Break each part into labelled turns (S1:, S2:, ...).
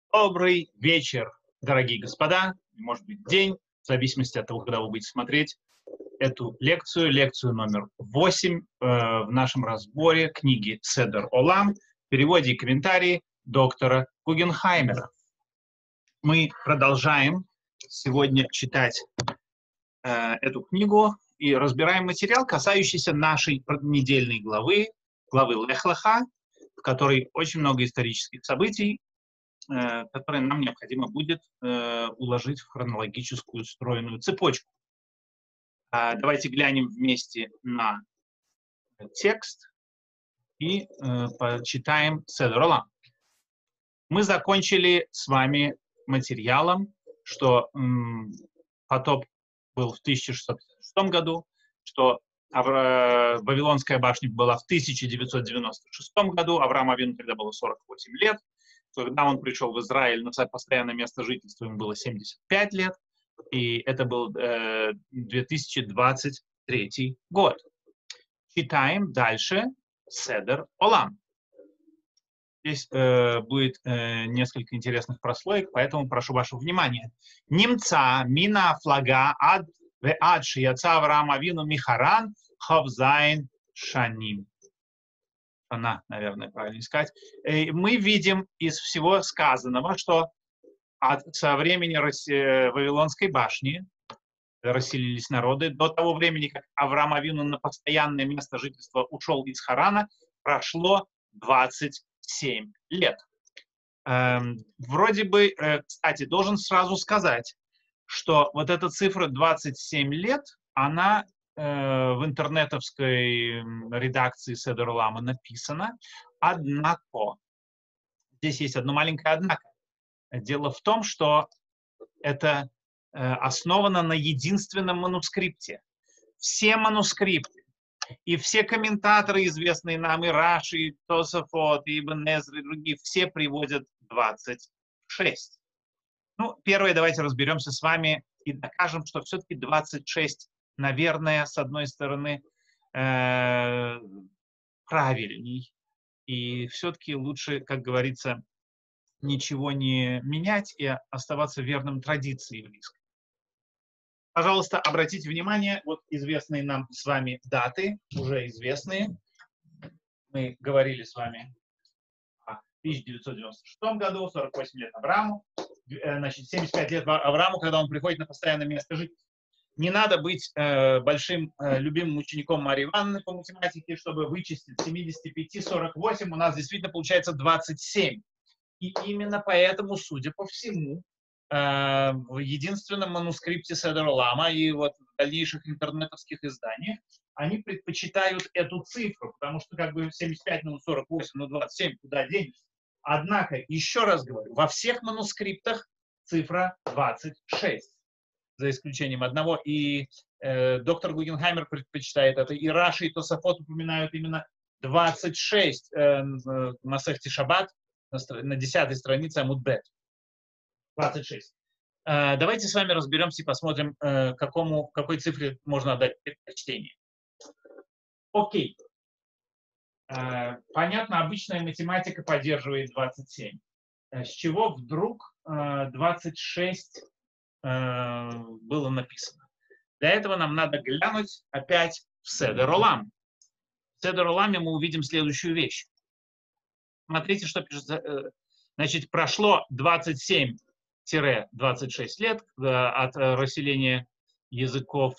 S1: Добрый вечер, дорогие господа, может быть, день, в зависимости от того, когда вы будете смотреть эту лекцию номер 8 в нашем разборе книги «Седер Олам» в переводе и комментарии доктора Гугенхаймера. Мы продолжаем сегодня читать эту книгу и разбираем материал, касающийся нашей недельной главы Лех Леха, в которой очень много исторических событий, которые нам необходимо будет уложить в хронологическую стройную цепочку. Давайте глянем вместе на текст и почитаем Седер Олам. Мы закончили с вами материалом, что потоп был в 1606 году, что Вавилонская башня была в 1996 году, Аврааму Авину тогда было 48 лет, когда он пришел в Израиль на постоянное место жительства, ему было 75 лет, и это был 2023 год. Читаем дальше Седер Олам. Здесь будет несколько интересных прослоек, поэтому прошу вашего внимания. Немца мина флага ад веадши яца Авраам Авину михаран хавзайн шаним. Она, наверное, правильно искать. Мы видим из всего сказанного, что со времени Вавилонской башни расселились народы, до того времени, как Авраам Авину на постоянное место жительства ушел из Харана, прошло 27 лет. Вроде бы, кстати, должен сразу сказать, что вот эта цифра 27 лет, она в интернетовской редакции Седер Олама написана, однако, здесь есть одно маленькое однако. Дело в том, что это основано на единственном манускрипте. Все манускрипты и все комментаторы, известные нам, и Раши, и Тосафот, и Ибн Эзра, и другие, все приводят 26. Ну, первое, давайте разберемся с вами и докажем, что все-таки 26, наверное, с одной стороны, правильней. И все-таки лучше, как говорится, ничего не менять и оставаться верным традиции еврейской. Пожалуйста, обратите внимание, вот известные нам с вами даты, уже известные. Мы говорили с вами о 1996 году, 48 лет Аврааму, значит, 75 лет Аврааму, когда он приходит на постоянное место жительства. Не надо быть большим любимым учеником Марии Ивановны по математике, чтобы вычислить 75, 48, у нас действительно получается 27. И именно поэтому, судя по всему, в единственном манускрипте Седер Олама и вот в дальнейших интернетовских изданиях они предпочитают эту цифру, потому что как бы 75 минус 48, ну 27, куда денешься. Однако, еще раз говорю, во всех манускриптах цифра 26, за исключением одного. И доктор Гугенхаймер предпочитает это. И Раши, и Тосафот упоминают именно 26 Масехти Шаббат на 10-й странице Амуд Бет. 26. Давайте с вами разберемся и посмотрим, какой цифре можно отдать предпочтение. Окей. Понятно, обычная математика поддерживает 27. С чего вдруг 26 было написано? Для этого нам надо глянуть опять в Седер Олам. В Седер Оламе мы увидим следующую вещь. Смотрите, что пишется. Значит, прошло 27-26 лет от расселения языков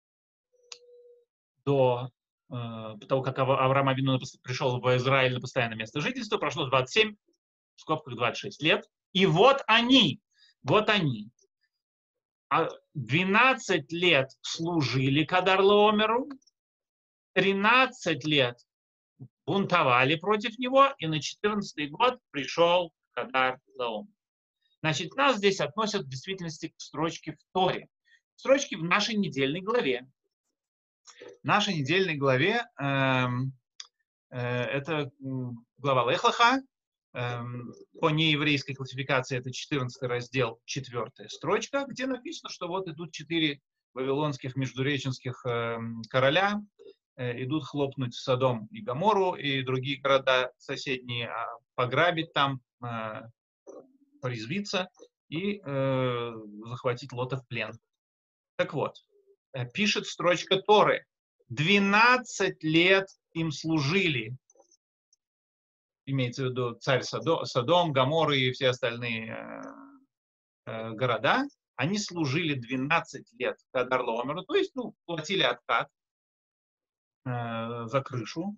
S1: до того, как Авраам Авину пришел в Израиль на постоянное место жительства, прошло 27, в скобках 26 лет. И вот они, 12 лет служили Кадар Лаомеру, 13 лет бунтовали против него, и на 14-й год пришел Кадар Лаомер. Значит, нас здесь относят в действительности к строчке в Торе. Строчки в нашей недельной главе. В нашей недельной главе это глава Лех Леха. По нееврейской классификации это 14 раздел, 4 строчка, где написано, что вот идут 4 вавилонских междуреченских короля, идут хлопнуть Содом и Гоморру и другие города соседние, пограбить там, порезвиться и захватить Лота в плен. Так вот, пишет строчка Торы. 12 лет им служили. Имеется в виду царь Содом, Гоморра и все остальные города. Они служили 12 лет Кадар Лаомеру, то есть, платили откат за крышу.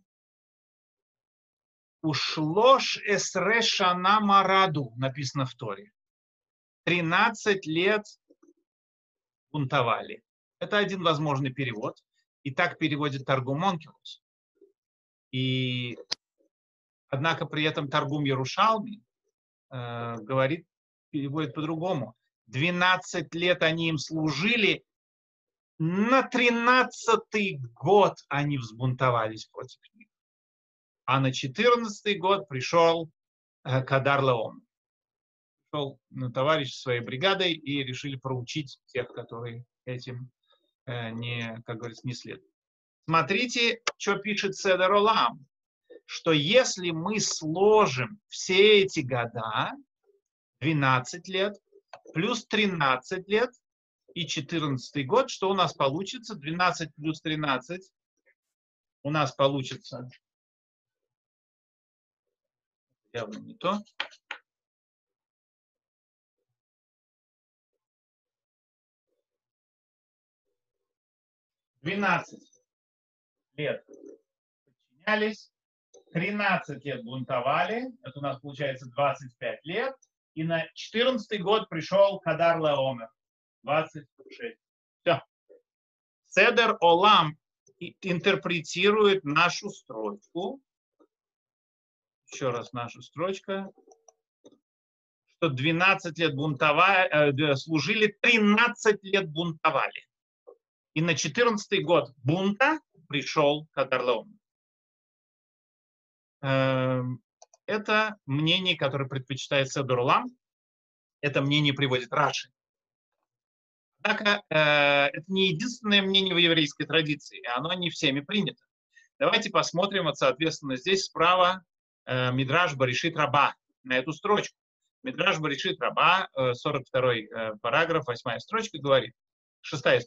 S1: Ушлош эсре шана мараду, написано в Торе. 13 лет бунтовали. Это один возможный перевод. И так переводит Таргум Онкелус. И, однако, при этом Таргум Ярушалми переводит по-другому. 12 лет они им служили, на 13-й год они взбунтовались против них. А на 14-й год пришел Кадар Лаом. Пришел товарищ своей бригадой и решили проучить тех, которые этим как говорится, не следуют. Смотрите, что пишет Седер Олам, что если мы сложим все эти года, 12 лет, плюс 13 лет и 14 год, что у нас получится? 12 плюс 13 у нас получится, явно не то, 12 лет подчинялись, 13 лет бунтовали, это у нас получается 25 лет, и на 14 год пришел Кадар Лаомер, 26. Все. Седер Олам интерпретирует нашу строчку, еще раз наша строчка, что 12 лет служили, 13 лет бунтовали. И на 14 год бунта пришел Кадар Лаомер. Это мнение, которое предпочитает Седер Олам. Это мнение приводит Раши. Однако это не единственное мнение в еврейской традиции, и оно не всеми принято. Давайте посмотрим, вот, соответственно, здесь справа Мидраш Баришит Раба на эту строчку. Мидраш Баришит Раба, 42 параграф, 8 строчка говорит, 6 строчка.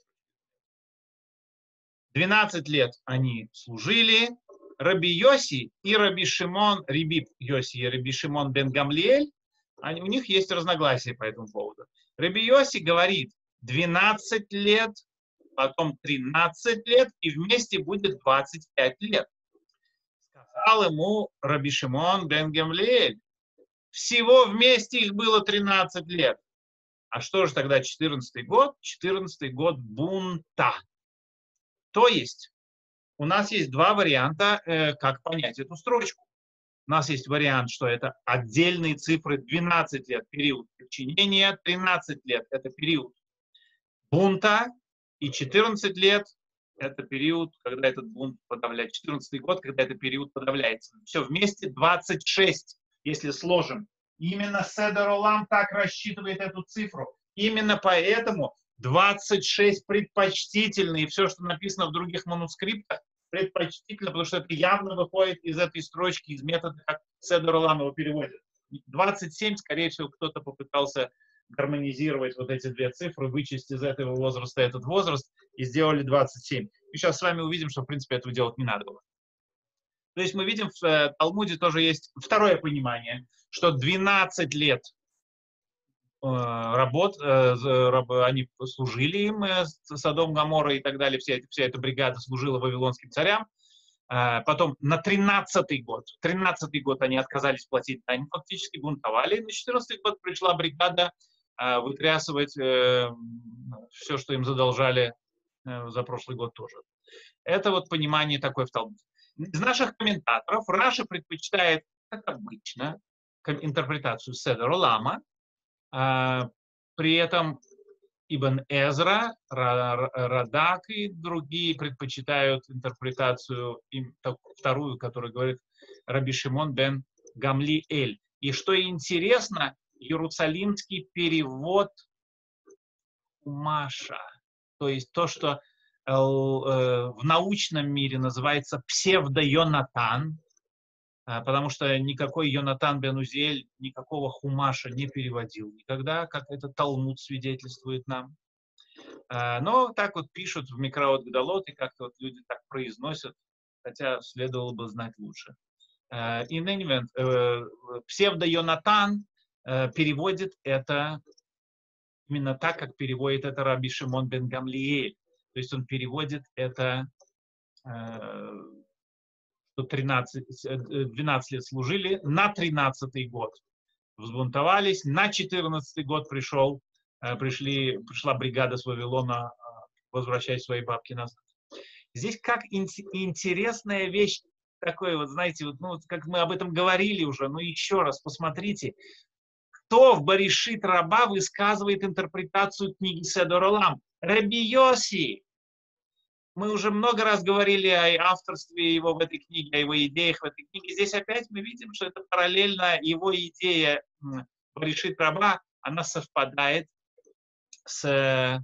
S1: 12 лет они служили. Раби Йоси и Раби Шимон, Раби Йоси и Раби Шимон бен Гамлиэль, у них есть разногласия по этому поводу. Раби Йоси говорит 12 лет, потом 13 лет, и вместе будет 25 лет. Сказал ему Раби Шимон бен Гамлиэль, всего вместе их было 13 лет. А что же тогда 14 год? 14 год бунта. То есть у нас есть два варианта, как понять эту строчку. У нас есть вариант, что это отдельные цифры, 12 лет период подчинения, 13 лет это период бунта, и 14 лет это период, когда этот бунт подавляется, 14 год, когда этот период подавляется. Все вместе 26, если сложим. Именно Седер Олам так рассчитывает эту цифру. Именно поэтому 26 предпочтительно, и все, что написано в других манускриптах, предпочтительно, потому что это явно выходит из этой строчки, из метода, как Седер Олам его переводит. 27, скорее всего, кто-то попытался гармонизировать вот эти две цифры, вычесть из этого возраста этот возраст, и сделали 27. И сейчас с вами увидим, что, в принципе, этого делать не надо было. То есть мы видим, в Талмуде тоже есть второе понимание, что 12 лет они служили им, Содом, Гоморра и так далее, вся эта бригада служила вавилонским царям. Потом на 13-й год они отказались платить, они фактически бунтовали. На 14-й год пришла бригада вытрясывать все, что им задолжали за прошлый год тоже. Это вот понимание такое в Талмуде. Из наших комментаторов Раши предпочитает, как обычно, интерпретацию Седер Олама. При этом Ибн Эзра, Радак и другие предпочитают интерпретацию, вторую, которая говорит Раби Шимон бен Гамлиэль. И что интересно, иерусалимский перевод Маша, то есть то, что в научном мире называется псевдо-Йонатан, потому что никакой Йонатан бен Узиэль никакого хумаша не переводил никогда, как это Талмуд свидетельствует нам. Но так вот пишут в Микраот Гдалот, и как-то вот люди так произносят, хотя следовало бы знать лучше. In any event, псевдо-Йонатан переводит это именно так, как переводит это Раби Шимон бен Гамлиэль. То есть он переводит это, что 12 лет служили, на 13-й год взбунтовались, на 14-й год пришла бригада с Вавилона возвращать свои бабки назад. Здесь как интересная вещь, такой вот, знаете, вот, ну, как мы об этом говорили уже, но еще раз посмотрите, кто в Баришит Раба высказывает интерпретацию книги Седор Олам? Раби Йоси. Мы уже много раз говорили о авторстве его в этой книге, о его идеях в этой книге. Здесь опять мы видим, что это параллельно его идея Баришит Раба, она совпадает с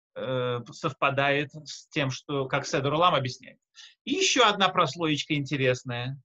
S1: тем, что, как Седор Олам объясняет. И еще одна прослоечка интересная.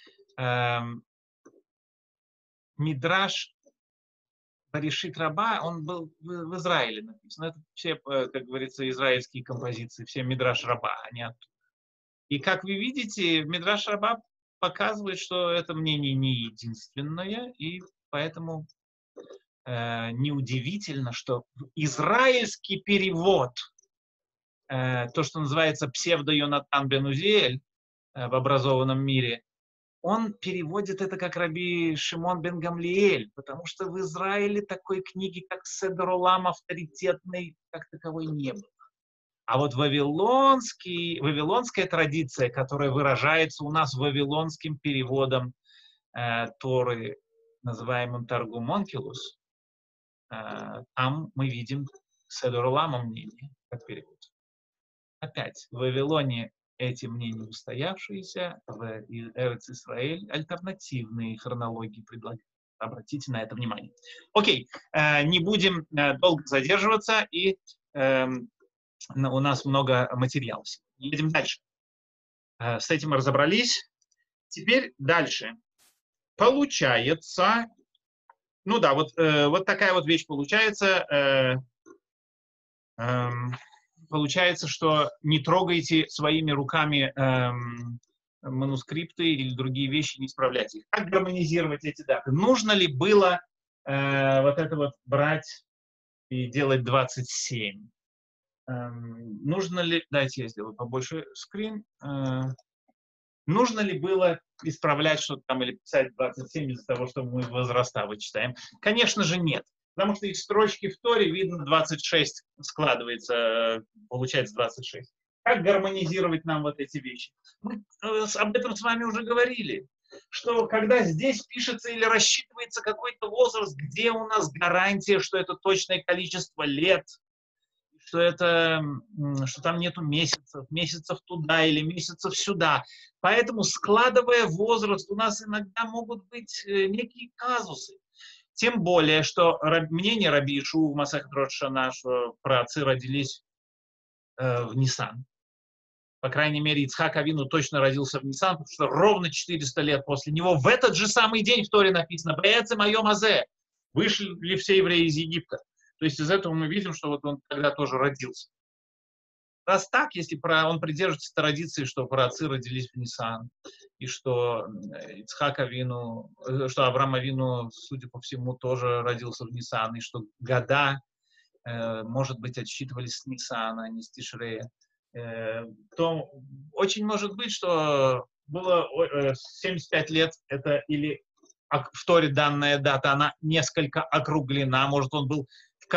S1: Мидраш Баришит Раба, он был в Израиле написан. Это все, как говорится, израильские композиции, все Мидраш Раба, они оттуда. И как вы видите, Мидраш Раба показывает, что это мнение не единственное, и поэтому неудивительно, что израильский перевод, то, что называется псевдо-Йонатан бен Узиэль в образованном мире, он переводит это как Раби Шимон бен Гамлиэль, потому что в Израиле такой книги, как Седор Олам, авторитетной, как таковой не было. А вот вавилонская традиция, которая выражается у нас вавилонским переводом Торы, называемым Таргум Онкилус, там мы видим Седор Олама мнение, как перевод. Опять, в Вавилоне эти мнения устоявшиеся, в Эрец Исраэль альтернативные хронологии предлагают. Обратите на это внимание. Окей, не будем долго задерживаться, и у нас много материалов. Едем дальше. С этим мы разобрались. Теперь дальше. Получается, ну да, вот такая вот вещь получается. Получается, что не трогайте своими руками манускрипты или другие вещи, не исправляйте их. Как гармонизировать эти даты? Нужно ли было вот это вот брать и делать 27? Нужно ли... Дайте я сделаю побольше скрин. Нужно ли было исправлять что-то там или писать 27 из-за того, что мы возраста вычитаем? Конечно же нет. Потому что из строчки в Торе видно 26 складывается, получается 26. Как гармонизировать нам вот эти вещи? Мы об этом с вами уже говорили, что когда здесь пишется или рассчитывается какой-то возраст, где у нас гарантия, что это точное количество лет, что там нету месяцев туда или месяцев сюда. Поэтому, складывая возраст, у нас иногда могут быть некие казусы. Тем более, что мнение Раби Иешуа в Масехет Рош ха-Шана, что праотцы родились в Нисан. По крайней мере, Ицхак Авину точно родился в Нисан, потому что ровно 400 лет после него в этот же самый день в Торе написано «Беэцем айом азе» вышли все евреи из Египта. То есть из этого мы видим, что вот он тогда тоже родился. Раз так, если он придерживается традиции, что праотцы родились в Нисан, и что Ицхак Авину, что Авраам Авину, судя по всему, тоже родился в Нисан, и что года, может быть, отсчитывались с Нисана, а не с Тишрея, то очень может быть, что было 75 лет, это или в Торе данная дата, она несколько округлена, может, он был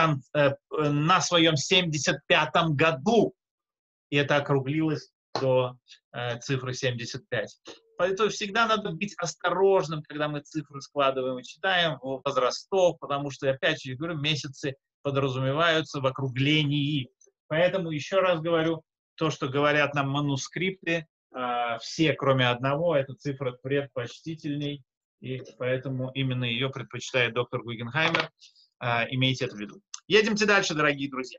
S1: на своем 75-м году, и это округлилось до цифры 75. Поэтому всегда надо быть осторожным, когда мы цифры складываем и читаем возрастов, потому что, опять же, говорю, месяцы подразумеваются в округлении. Поэтому еще раз говорю, то, что говорят нам манускрипты, все, кроме одного, эта цифра предпочтительней, и поэтому именно ее предпочитает доктор Гугенхаймер. Имейте это в виду. Едемте дальше, дорогие друзья.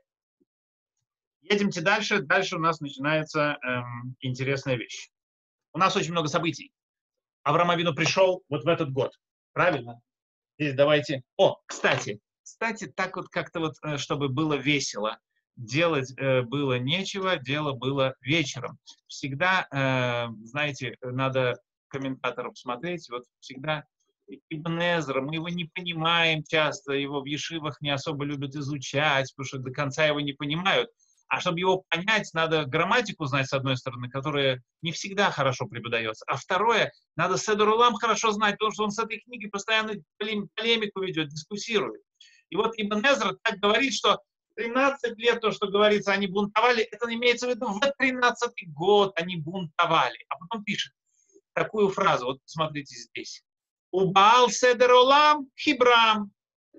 S1: Едемте дальше. Дальше у нас начинается интересная вещь. У нас очень много событий. Авраам Авину пришел вот в этот год. Правильно? Здесь давайте... Кстати, так вот как-то вот, чтобы было весело. Делать было нечего, дело было вечером. Всегда, знаете, надо комментаторов смотреть, вот всегда Ибн Эзра, мы его не понимаем часто, его в ешивах не особо любят изучать, потому что до конца его не понимают. А чтобы его понять, надо грамматику знать, с одной стороны, которая не всегда хорошо преподается. А второе, надо Седер Улам хорошо знать, потому что он с этой книгой постоянно полемику ведет, дискуссирует. И вот Ибн Эзра так говорит, что 13 лет, то, что говорится, они бунтовали, это имеется в виду в 13-й год они бунтовали. А потом пишет такую фразу, вот смотрите здесь. Убаал Седер Улам Хибрам.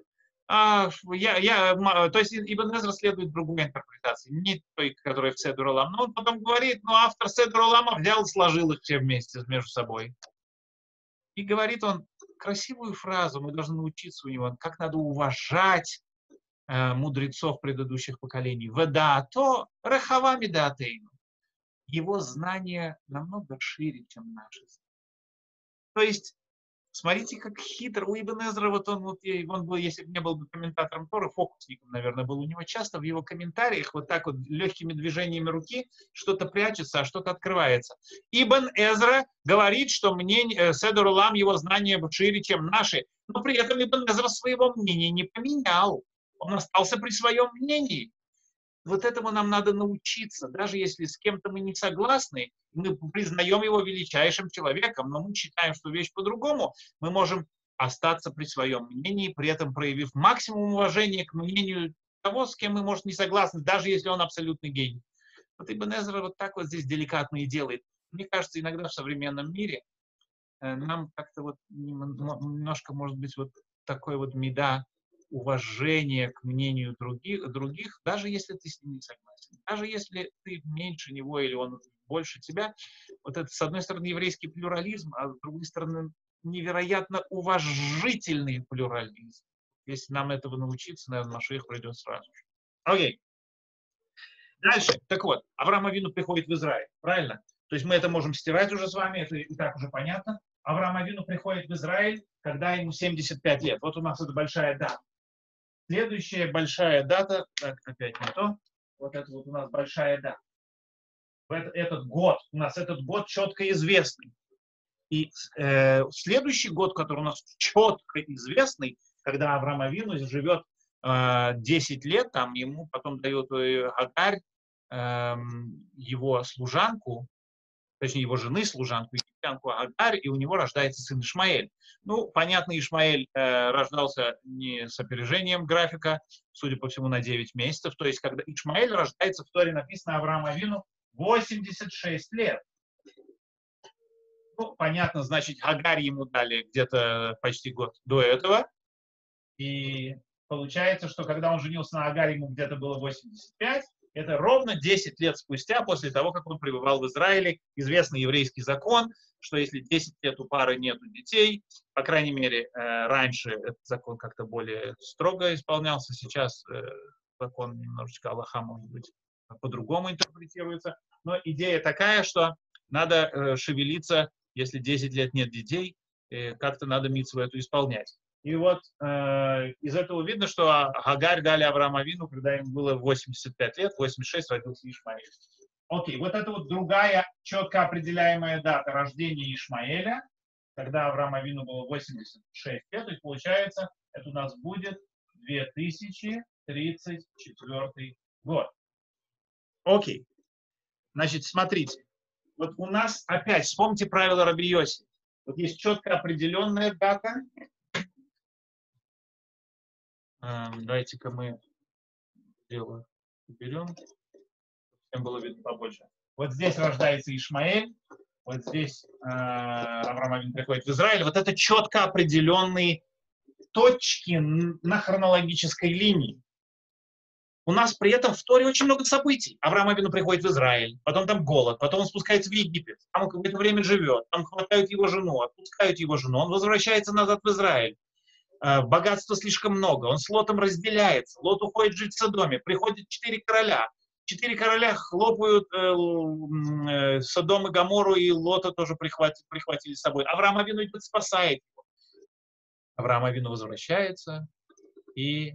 S1: То есть Ибн Эзра следует другой интерпретации, не той, которая в Седер Улам. Но он потом говорит, автор Седер Улама взял и сложил их все вместе между собой. И говорит он красивую фразу, мы должны научиться у него, как надо уважать мудрецов предыдущих поколений. Ведаато рахавами даатейну. Его знания намного шире, чем наши. То есть, смотрите, как хитро. У Ибн Эзра, он был, если бы не был бы комментатором Торы, фокусником, наверное, был. У него часто в его комментариях вот так вот легкими движениями руки что-то прячется, а что-то открывается. Ибн Эзра говорит, что Седер Улам, его знания шире, чем наши, но при этом Ибн Эзра своего мнения не поменял. Он остался при своем мнении. Вот этому нам надо научиться. Даже если с кем-то мы не согласны, мы признаем его величайшим человеком, но мы считаем, что вещь по-другому, мы можем остаться при своем мнении, при этом проявив максимум уважения к мнению того, с кем мы, может, не согласны, даже если он абсолютный гений. Вот Ибн Эзра вот так вот здесь деликатно и делает. Мне кажется, иногда в современном мире нам как-то вот немножко, может быть, вот такой вот мида уважение к мнению других, даже если ты с ним не согласен, даже если ты меньше него или он больше тебя, вот это, с одной стороны, еврейский плюрализм, а с другой стороны, невероятно уважительный плюрализм. Если нам этого научиться, наверное, Машиах придет сразу же. Окей. Дальше. Так вот, Авраам Авину приходит в Израиль, правильно? То есть мы это можем стирать уже с вами, это и так уже понятно. Авраам Авину приходит в Израиль, когда ему 75 лет. Вот у нас это большая дата. Следующая большая дата, так, опять не то, вот это вот у нас большая дата. Этот год, у нас этот год четко известный. И следующий год, который у нас четко известный, когда Авраам Авину живет 10 лет, там ему потом дают Агарь, его служанку, точнее его жены служанку, египтянку Агарь, и у него рождается сын Ишмаэль. Ну, понятно, Ишмаэль рождался не с опережением графика, судя по всему, на 9 месяцев. То есть, когда Ишмаэль рождается, в Торе написано Авраам Авину 86 лет. Ну, понятно, значит, Агарь ему дали где-то почти год до этого. И получается, что когда он женился на Агаре, ему где-то было 85. Это ровно 10 лет спустя, после того, как он пребывал в Израиле. Известный еврейский закон, что если 10 лет у пары нет детей, по крайней мере, раньше этот закон как-то более строго исполнялся, сейчас закон немножечко Аллаха, может быть, по-другому интерпретируется. Но идея такая, что надо шевелиться, если 10 лет нет детей, как-то надо мицву эту исполнять. И вот из этого видно, что Агарь дали Аврааму Авину, когда ему было 85 лет, 86 родился Ишмаэль. Окей, вот это вот другая четко определяемая дата рождения Ишмаэля, когда Аврааму Авину было 86 лет, то есть получается, это у нас будет 2034 год. Окей, значит, смотрите, вот у нас опять, вспомните правила Раби Йоси. Вот есть четко определенная дата. Давайте-ка мы дело уберем, всем было видно побольше. Вот здесь рождается Ишмаэль, вот здесь Авраам Авин приходит в Израиль. Вот это четко определенные точки на хронологической линии. У нас при этом в Торе очень много событий. Авраам Авину приходит в Израиль, потом там голод, потом он спускается в Египет, там он какое-то время живет, там хватают его жену, отпускают его жену, он возвращается назад в Израиль. Богатства слишком много, он с Лотом разделяется, Лот уходит жить в Содоме, приходят 4 короля, 4 короля хлопают Содом и Гоморру, и Лота тоже прихватили с собой. Авраам Авину идет, спасает его. Авраам Авину возвращается и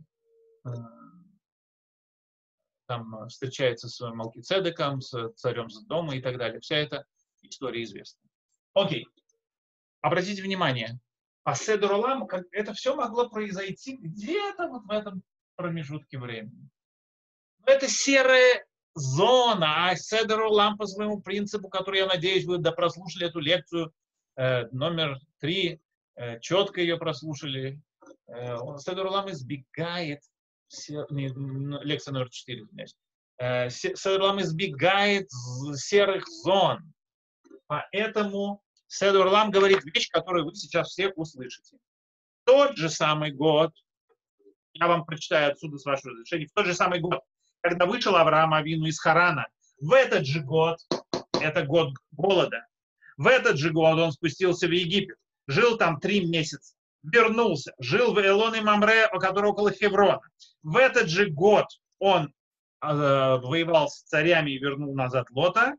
S1: там встречается с Малкицедеком, с царем Содома и так далее. Вся эта история известна. Окей. Обратите внимание, по Седер Олам это все могло произойти где-то вот в этом промежутке времени. Но это серая зона, а Седер Олам по своему принципу, который, я надеюсь, вы прослушали эту лекцию номер 3, четко ее прослушали. Седер Олам избегает, лекция номер 4, извиняюсь. Седер Олам избегает серых зон. Поэтому Седер Олам говорит вещь, которую вы сейчас все услышите. В тот же самый год, я вам прочитаю отсюда с вашего разрешения, в тот же самый год, когда вышел Авраам Авину из Харана, в этот же год, это год голода, в этот же год он спустился в Египет, жил там 3 месяца, вернулся, жил в Элон и Мамре, который около Хеврона. В этот же год он воевал с царями и вернул назад Лота.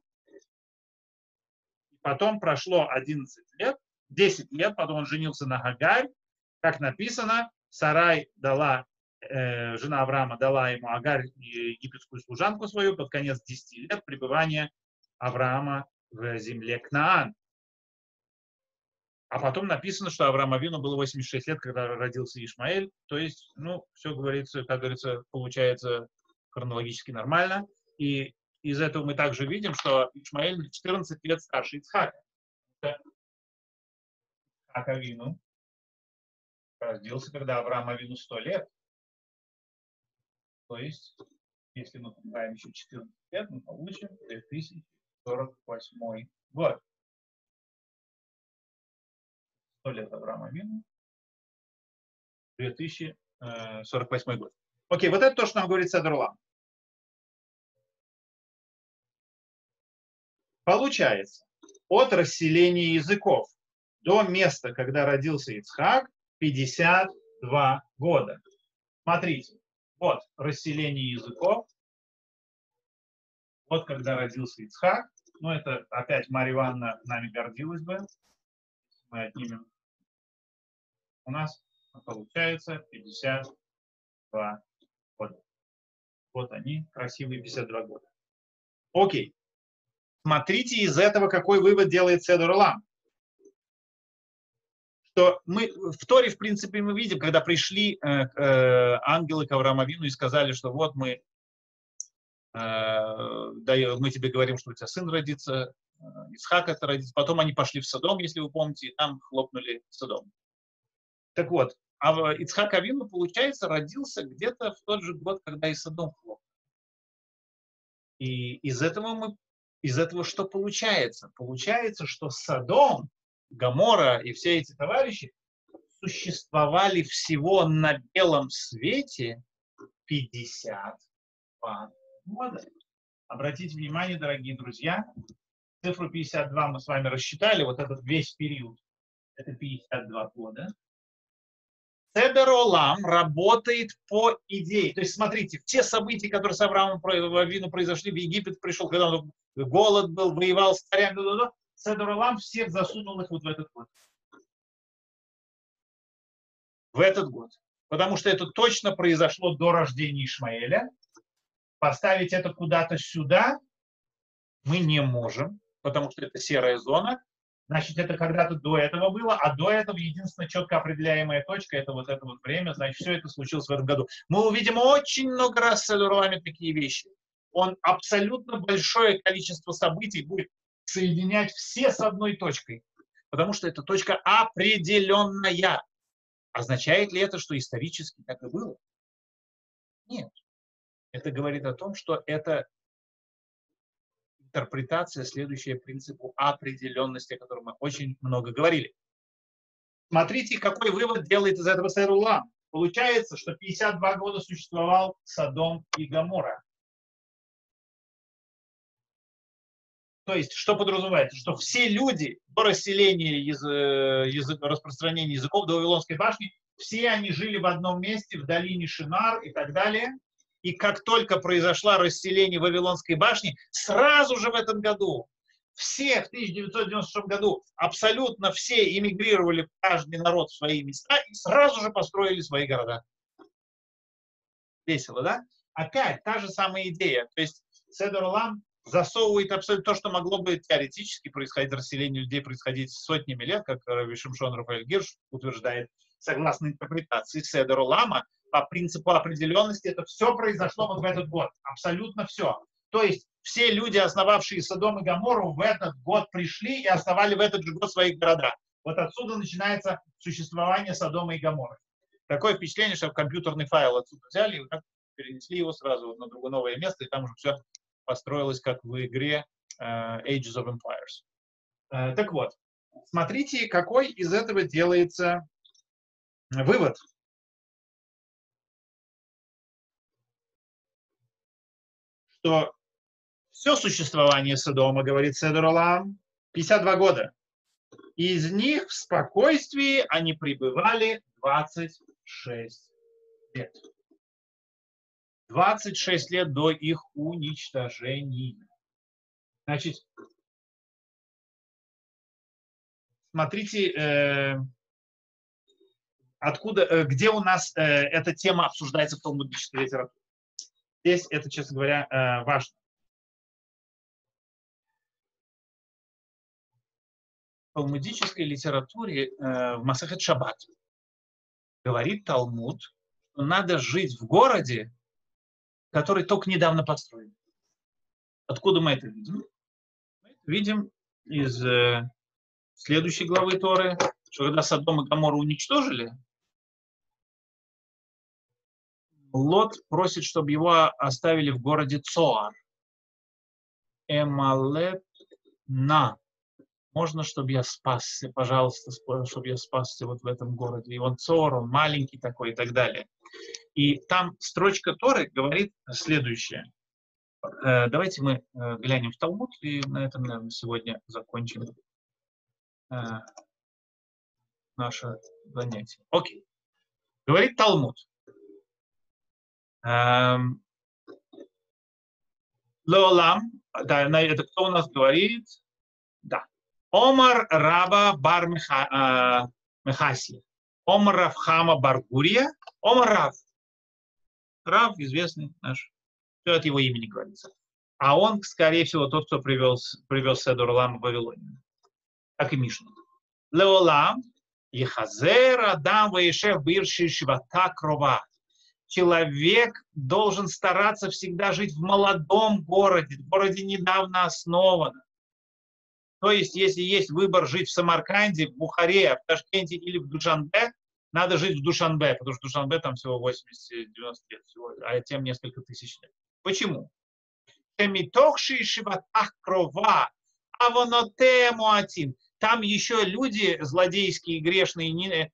S1: Потом прошло 11 лет, 10 лет, потом он женился на Агарь. Как написано, Сарай дала, жена Авраама дала ему Агарь, египетскую служанку свою, под конец 10 лет пребывания Авраама в земле Кнаан. А потом написано, что Аврааму Авину было 86 лет, когда родился Ишмаэль. То есть, ну, все говорится, как говорится, получается хронологически нормально. И из этого мы также видим, что Ишмаэль на 14 лет старше Ицхака. Ицхак Авину родился, когда Авраам Авину 100 лет. То есть, если мы прибавим еще 14 лет, мы получим 2048 год. 100 лет Авраама Авину, 2048 год. Окей, вот это то, что нам говорит Седер Олам. Получается, от расселения языков до места, когда родился Ицхак, 52 года. Смотрите, вот расселение языков, вот когда родился Ицхак, ну это опять Марья Ивановна нами гордилась бы, мы отнимем, у нас получается 52 года. Вот они, красивые 52 года. Окей. Смотрите из этого, какой вывод делает Седер Олам. Что мы в Торе, в принципе, мы видим, когда пришли ангелы к Аврааму Авину и сказали, что вот мы тебе говорим, что у тебя сын родится, Ицхак это родится. Потом они пошли в Содом, если вы помните, и там хлопнули Содом. Так вот, Ицхак Авину, получается, родился где-то в тот же год, когда и Содом хлопнул. И из этого что получается? Получается, что Содом, Гоморра и все эти товарищи существовали всего на белом свете 52 года. Обратите внимание, дорогие друзья, цифру 52 мы с вами рассчитали, вот этот весь период, это 52 года. Седер Олам работает по идее. То есть, смотрите, те события, которые с Авраамом Авину произошли, в Египет пришел, когда он голод был, воевал с царями, Седер Олам всех засунул их вот в этот год. В этот год. Потому что это точно произошло до рождения Ишмаэля. Поставить это куда-то сюда мы не можем, потому что это серая зона. Значит, это когда-то до этого было, а до этого единственная четко определяемая точка — это вот время, значит, все это случилось в этом году. Мы увидим очень много раз в Седер Оламе такие вещи. Он абсолютно большое количество событий будет соединять все с одной точкой, потому что эта точка определенная. Означает ли это, что исторически так и было? Нет. Это говорит о том, что это интерпретация, следующая принципу определенности, о котором мы очень много говорили. Смотрите, какой вывод делает из этого Седер Олам. Получается, что 52 года существовал Содом и Гоморра. То есть, что подразумевается? Что все люди до расселения, распространения языков, до Вавилонской башни, все они жили в одном месте, в долине Шинар и так далее. И как только произошло расселение Вавилонской башни, сразу же в этом году, все в 1996 году, абсолютно все эмигрировали, каждый народ в свои места и сразу же построили свои города. Весело, да? Опять та же самая идея. То есть Седер Олам засовывает абсолютно то, что могло бы теоретически происходить, расселение людей происходить сотнями лет, как Раби Шимшон Рафаэль Гирш утверждает, согласно интерпретации Седер Олама, по принципу определенности, это все произошло вот в этот год. Абсолютно все. То есть все люди, основавшие Содом и Гоморру, в этот год пришли и основали в этот же год свои города. Вот отсюда начинается существование Содома и Гоморры. Такое впечатление, что компьютерный файл отсюда взяли и перенесли его сразу на другое новое место, и там уже все построилось, как в игре Ages of Empires. Так вот, смотрите, какой из этого делается вывод. Что все существование Содома, говорит Седер Олам, 52 года. Из них в спокойствии они пребывали 26 лет. 26 лет до их уничтожения. Значит, смотрите, откуда, где у нас эта тема обсуждается в талмудической литературе. Здесь это, честно говоря, важно. В талмудической литературе в Масехет Шаббат говорит Талмуд, что надо жить в городе, который только недавно построен. Откуда мы это видим? Мы это видим из следующей главы Торы, что когда Содом и Гоморру уничтожили, Лот просит, чтобы его оставили в городе Цоар. Эмалет на. Можно, чтобы я спасся, пожалуйста, чтобы я спасся вот в этом городе. И он Цоар, он маленький такой и так далее. И там строчка Торы говорит следующее. Давайте мы глянем в Талмуд, и на этом, наверное, сегодня закончим наше занятие. Окей. Говорит Талмуд. Леолам, да, это кто у нас говорит? Да. Омар Раба бар Мехаси. Омар Равхама бар Гурия. Омар Рав. Рав, известный наш. Все от его имени говорится. А он, скорее всего, тот, кто привез Седер Олам в Вавилонию. Как и Мишна. Леолам, Ехазер, Адам, Ваешев, Бирши, Шивата, Крова. Человек должен стараться всегда жить в молодом городе, в городе недавно основанном. То есть, если есть выбор жить в Самарканде, в Бухаре, в Ташкенте или в Душанбе, надо жить в Душанбе, потому что в Душанбе там всего 80-90 лет, всего, а тем несколько тысяч лет. Почему? Там еще люди злодейские, грешные,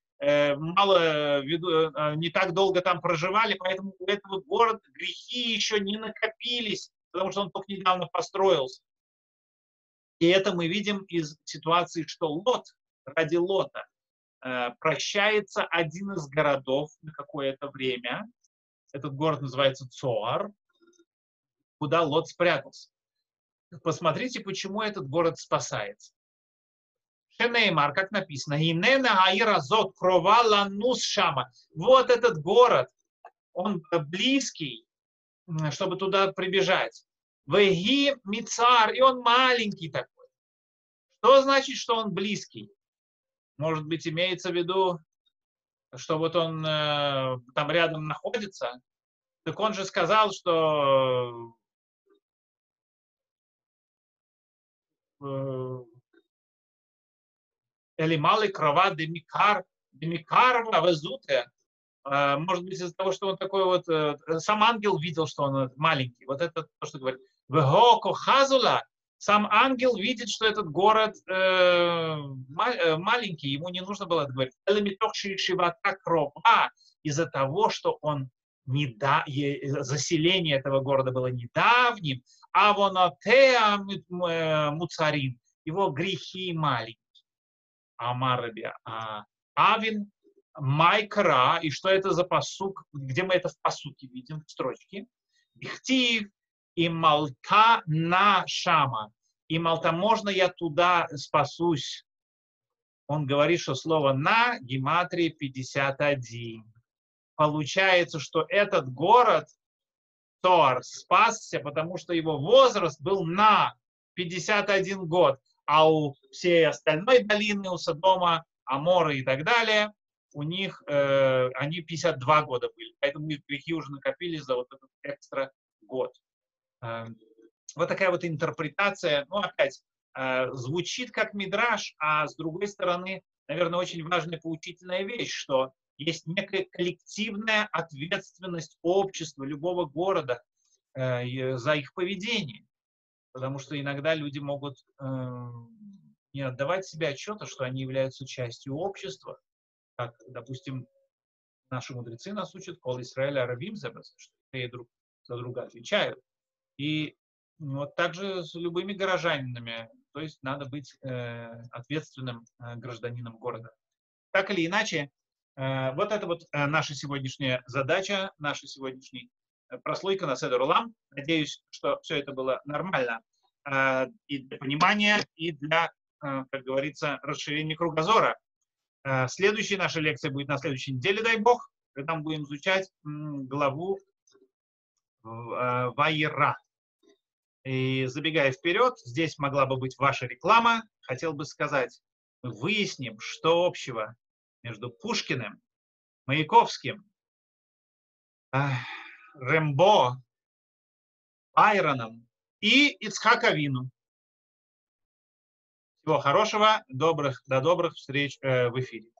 S1: не так долго там проживали, поэтому у этого города грехи еще не накопились, потому что он только недавно построился. И это мы видим из ситуации, что Лот, ради Лота, прощается один из городов на какое-то время. Этот город называется Цоар, куда Лот спрятался. Посмотрите, почему этот город спасается. Шенеймар, как написано, вот этот город, он близкий, чтобы туда прибежать. Веги Мицар, и он маленький такой. Что значит, что он близкий? Может быть, имеется в виду, что вот он там рядом находится? Так он же сказал, что Элималы крова демикар везуте. Может быть, из-за того, что он такой вот... Сам ангел видел, что он маленький. Вот это то, что говорит. Вегоко хазула. Сам ангел видит, что этот город маленький. Ему не нужно было это говорить. Из-за того, что он заселение этого города было недавним, а вонотеа муцарин. Его грехи маленькие. Амарабия. Авин Майкра, и что это за пасук, где мы это в пасуке видим, в строчке. Ихтив и Малта на Шама. И Малта, можно я туда спасусь? Он говорит, что слово на гематрии 51. Получается, что этот город, Тор, спасся, потому что его возраст был на 51 год, а у всей остальной долины, у Содома, Амора и так далее, у них они 52 года были. Поэтому их грехи уже накопились за вот этот экстра год. Вот такая вот интерпретация, ну, опять, звучит как мидраш, а с другой стороны, наверное, очень важная поучительная вещь, что есть некая коллективная ответственность общества, любого города за их поведение. Потому что иногда люди могут не отдавать себе отчета, что они являются частью общества. Как, допустим, наши мудрецы нас учат, кол Исраэль арабим, что друг за друга отвечают. И вот также с любыми горожанинами. То есть надо быть ответственным гражданином города. Так или иначе, вот это вот наша сегодняшняя задача, наша сегодняшняя прослойка на Седер Улам. Надеюсь, что все это было нормально и для понимания, и для, как говорится, расширения кругозора. Следующая наша лекция будет на следующей неделе, дай бог, когда мы будем изучать главу Ваера. И забегая вперед, здесь могла бы быть ваша реклама. Хотел бы сказать, мы выясним, что общего между Пушкиным, Маяковским, Рембо, Байроном и Ицхак Авину. Всего хорошего, до добрых встреч в эфире.